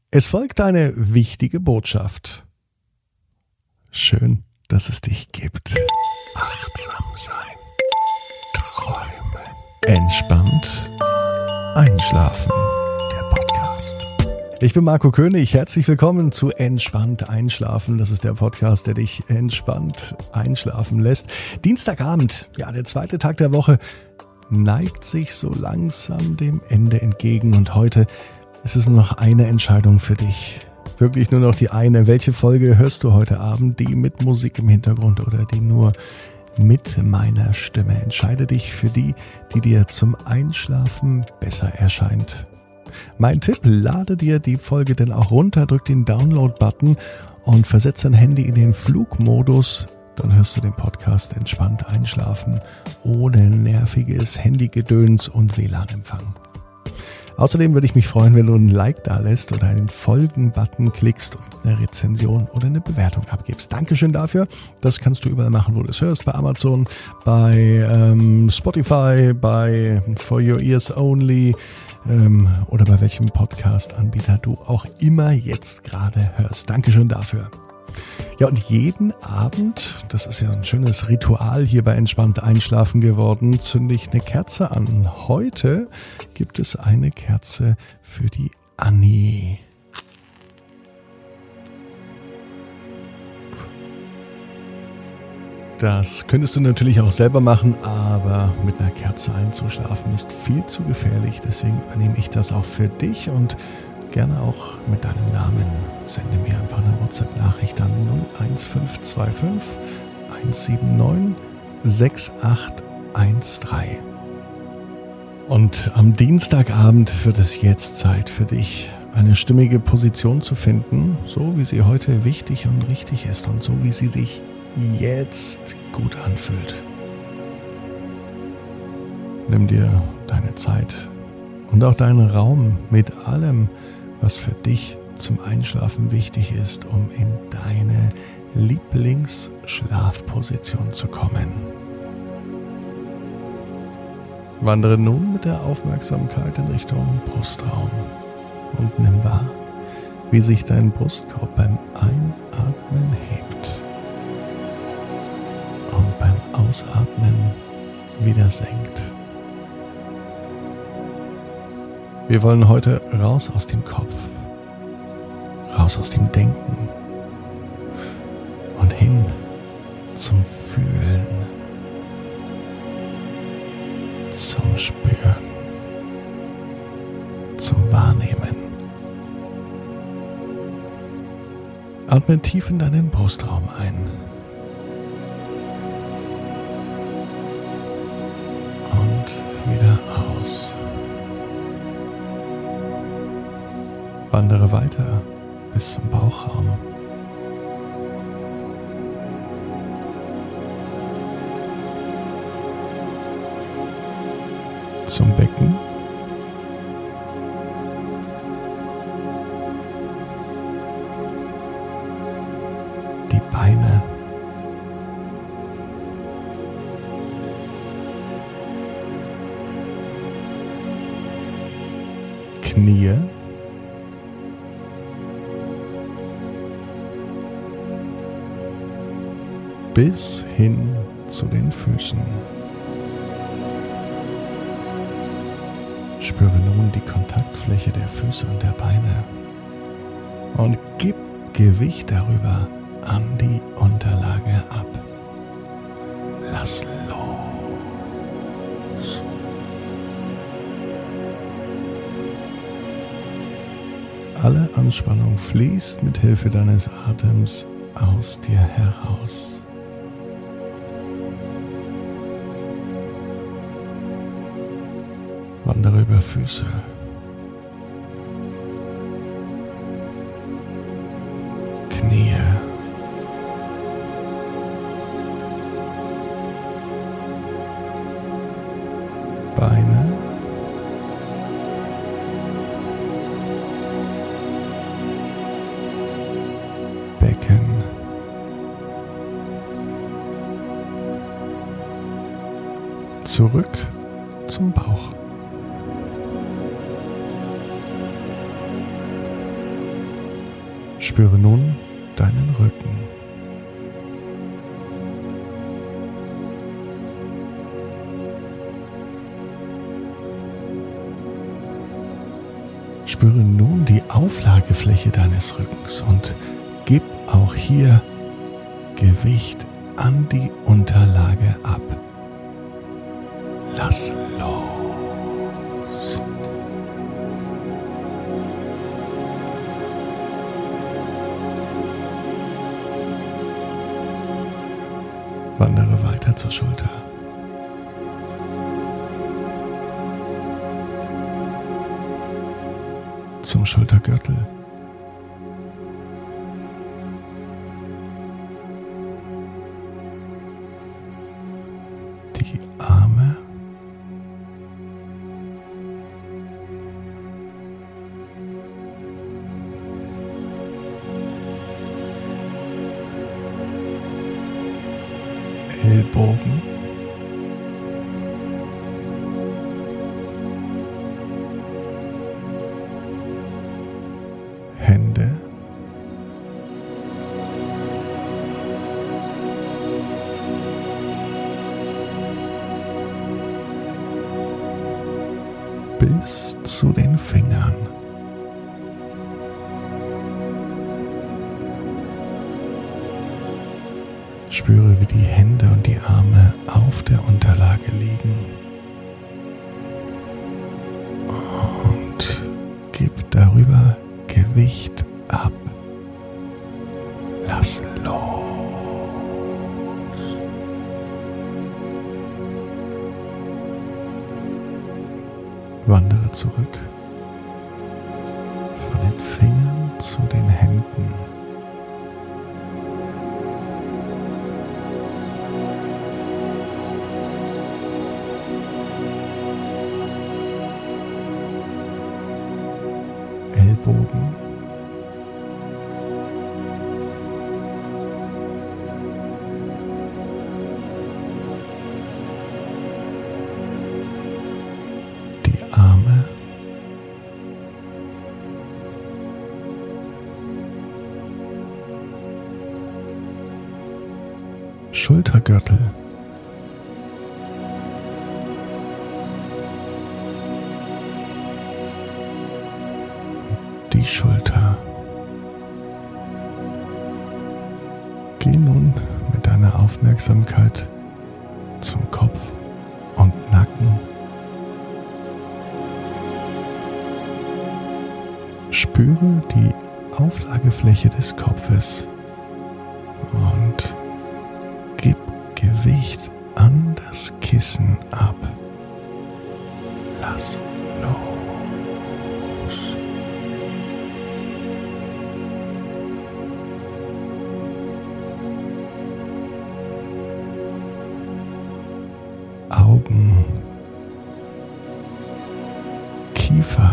Es folgt eine wichtige Botschaft. Schön, dass es dich gibt. Achtsam sein. Träumen. Entspannt. Einschlafen. Der Podcast. Ich bin Marco König. Herzlich willkommen zu Entspannt Einschlafen. Das ist der Podcast, der dich entspannt einschlafen lässt. Dienstagabend, ja, der zweite Tag der Woche, neigt sich so langsam dem Ende entgegen. Und heute ist es nur noch eine Entscheidung für dich. Wirklich nur noch die eine. Welche Folge hörst du heute Abend? Die mit Musik im Hintergrund oder die nur mit meiner Stimme? Entscheide dich für die, die dir zum Einschlafen besser erscheint. Mein Tipp, lade dir die Folge denn auch runter, drück den Download-Button und versetz dein Handy in den Flugmodus. Dann hörst du den Podcast entspannt einschlafen, ohne nerviges Handygedöns und WLAN-Empfang. Außerdem würde ich mich freuen, wenn du ein Like da lässt oder einen Folgen-Button klickst und eine Rezension oder eine Bewertung abgibst. Dankeschön dafür. Das kannst du überall machen, wo du es hörst. Bei Amazon, bei Spotify, bei For Your Ears Only oder bei welchem Podcast-Anbieter du auch immer jetzt gerade hörst. Dankeschön dafür. Ja, und jeden Abend, das ist ja ein schönes Ritual hier bei Entspannt Einschlafen geworden, zünde ich eine Kerze an. Heute gibt es eine Kerze für die Anni. Das könntest du natürlich auch selber machen, aber mit einer Kerze einzuschlafen ist viel zu gefährlich. Deswegen übernehme ich das auch für dich und gerne auch mit deinem Namen. Sende mir einfach eine WhatsApp-Nachricht an 01525 179 6813. Und am Dienstagabend wird es jetzt Zeit für dich, eine stimmige Position zu finden, so wie sie heute wichtig und richtig ist und so wie sie sich jetzt gut anfühlt. Nimm dir deine Zeit und auch deinen Raum mit allem, was für dich zum Einschlafen wichtig ist, um in deine Lieblingsschlafposition zu kommen. Wandere nun mit der Aufmerksamkeit in Richtung Brustraum und nimm wahr, wie sich dein Brustkorb beim Einatmen hebt und beim Ausatmen wieder senkt. Wir wollen heute raus aus dem Kopf, raus aus dem Denken und hin zum Fühlen, zum Spüren, zum Wahrnehmen. Atme tief in deinen Brustraum ein und wieder aus. Wandere weiter bis zum Bauchraum. Zum Becken. Die Beine. Knie. Bis hin zu den Füßen. Spüre nun die Kontaktfläche der Füße und der Beine und gib Gewicht darüber an die Unterlage ab. Lass los. Alle Anspannung fließt mit Hilfe deines Atems aus dir heraus. Wandere über Füße, Knie, Beine, Becken, zurück zum Bauch. Spüre nun deinen Rücken. Spüre nun die Auflagefläche deines Rückens und gib auch hier Gewicht an die Unterlage ab. Lass los. Wandere weiter zur Schulter. Zum Schultergürtel. Die Arme. Ellbogen. Hände. Bis zu den Fingern. Spüre, wie die Hände und die Arme auf der Unterlage liegen. Und gib darüber Gewicht ab. Lass los. Wandere zurück. Von den Fingern zu den Händen. Ellbogen. Die Arme. Schultergürtel. Die Schulter. Geh nun mit deiner Aufmerksamkeit zum Kopf und Nacken. Spüre die Auflagefläche des Kopfes und gib Gewicht an das Kissen ab. Lass los. Augen, Kiefer,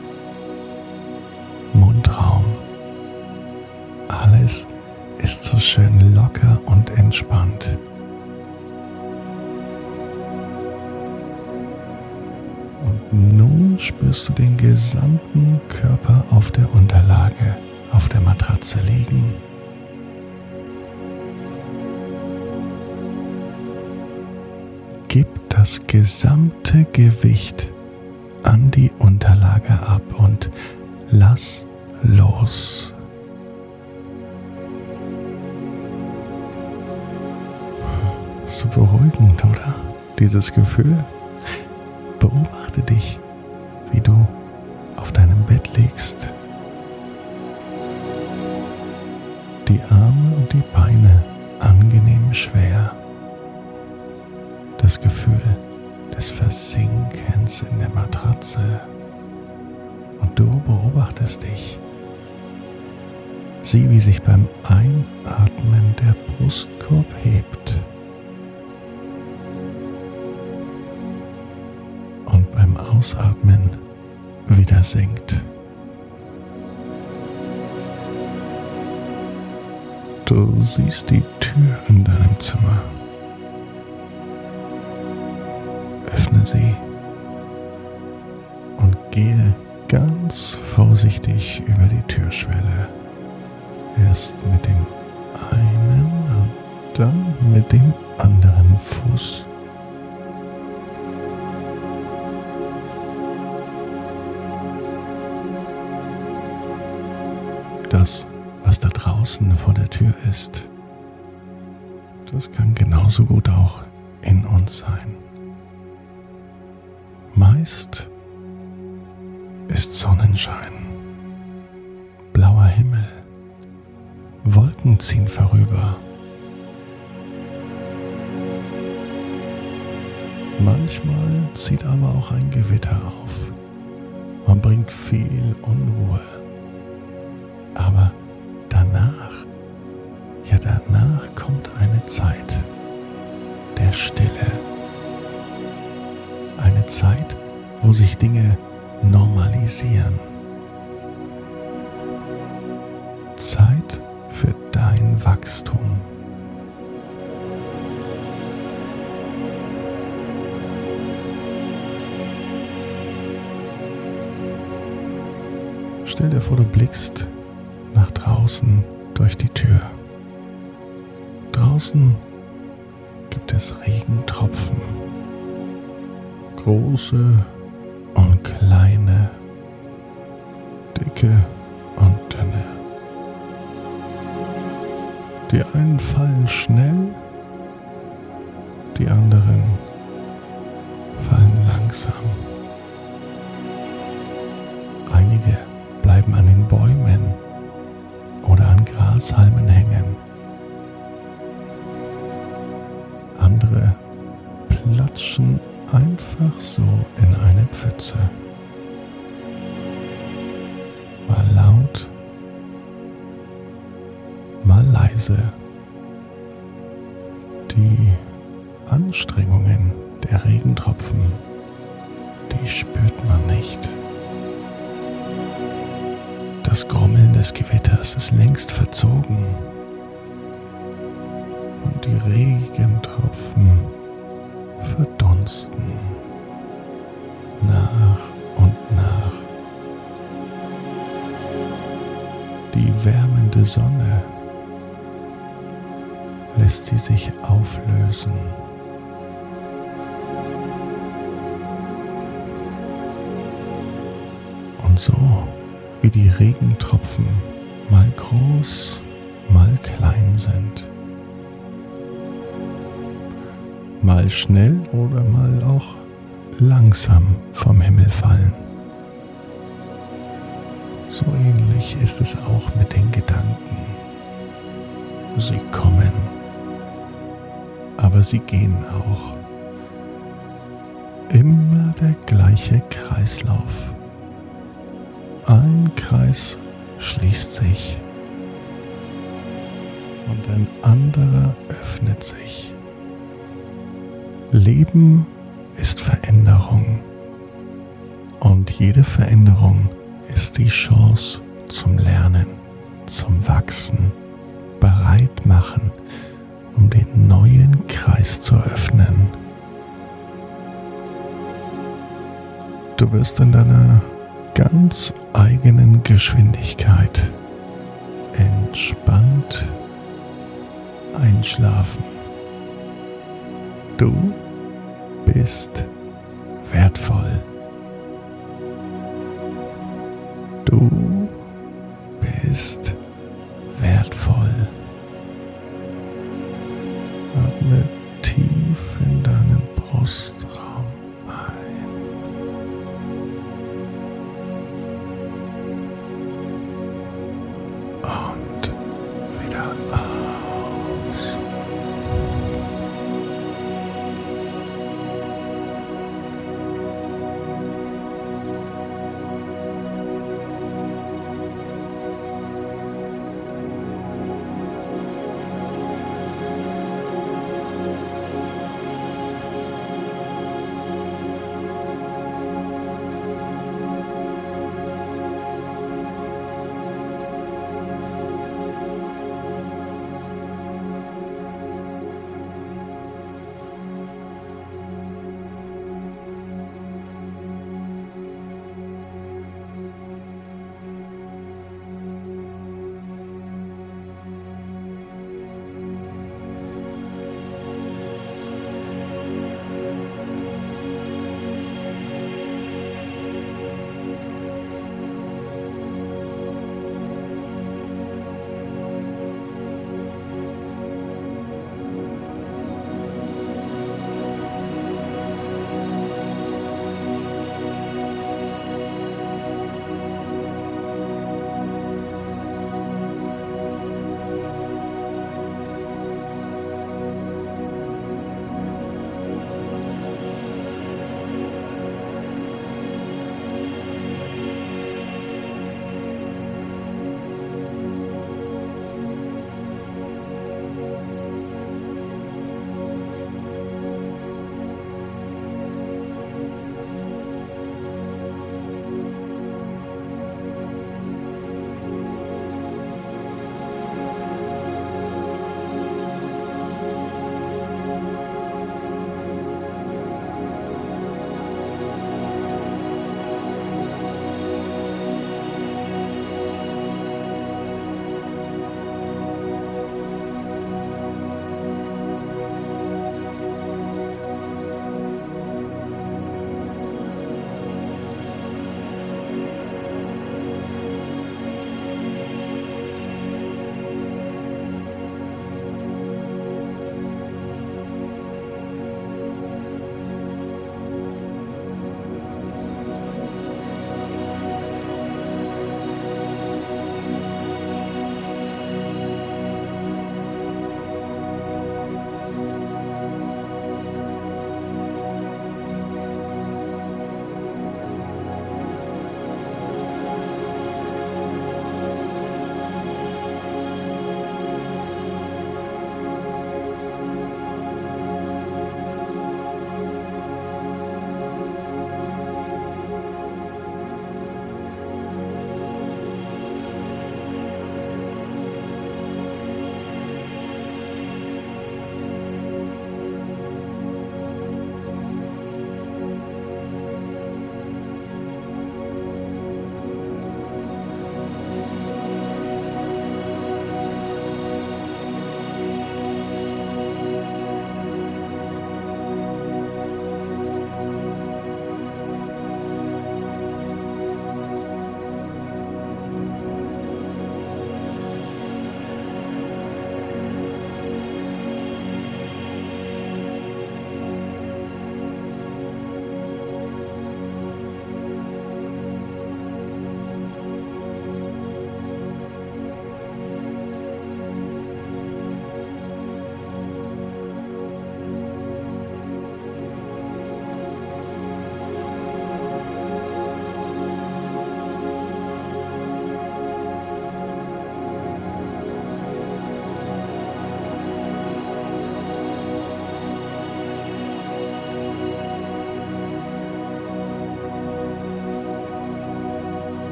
Mundraum. Alles ist so schön locker und entspannt. Und nun spürst du den gesamten Körper auf der Unterlage, auf der Matratze liegen. Gib das gesamte Gewicht an die Unterlage ab und lass los. So beruhigend, oder? Dieses Gefühl. Beobachte dich, wie du auf deinem Bett liegst. Die Arme und die Beine angenehm schwer. Das Gefühl des Versinkens in der Matratze. Und du beobachtest dich. Sieh, wie sich beim Einatmen der Brustkorb hebt. Und beim Ausatmen wieder sinkt. Du siehst die Tür in deinem Zimmer. Öffne sie und gehe ganz vorsichtig über die Türschwelle. Erst mit dem einen und dann mit dem anderen Fuß. Das, was da draußen vor der Tür ist, das kann genauso gut auch in uns sein. Meist ist Sonnenschein, blauer Himmel, Wolken ziehen vorüber. Manchmal zieht aber auch ein Gewitter auf und bringt viel Unruhe. Aber danach kommt eine Zeit der Stille. Eine Zeit, wo sich Dinge normalisieren. Zeit für dein Wachstum. Stell dir vor, du blickst nach draußen durch die Tür. Draußen gibt es Regentropfen, große und kleine, dicke und dünne. Die einen fallen schnell, die anderen fallen langsam. Einige bleiben an den Bäumen oder an Grashalmen hängen. Andere platschen einfach so in eine Pfütze. Mal laut, mal leise. Die Anstrengungen der Regentropfen, die spürt man nicht. Das Grummeln des Gewitters ist längst verzogen. Und die Regentropfen verdunsten nach und nach. Die wärmende Sonne lässt sie sich auflösen. Und so wie die Regentropfen mal groß, mal klein sind. Mal schnell oder mal auch langsam vom Himmel fallen. So ähnlich ist es auch mit den Gedanken. Sie kommen, aber sie gehen auch. Immer der gleiche Kreislauf. Ein Kreis schließt sich und ein anderer öffnet sich. Leben ist Veränderung und jede Veränderung ist die Chance zum Lernen, zum Wachsen, bereit machen, um den neuen Kreis zu öffnen. Du wirst in deiner ganz eigenen Geschwindigkeit entspannt einschlafen. Du bist wertvoll. Du bist wertvoll.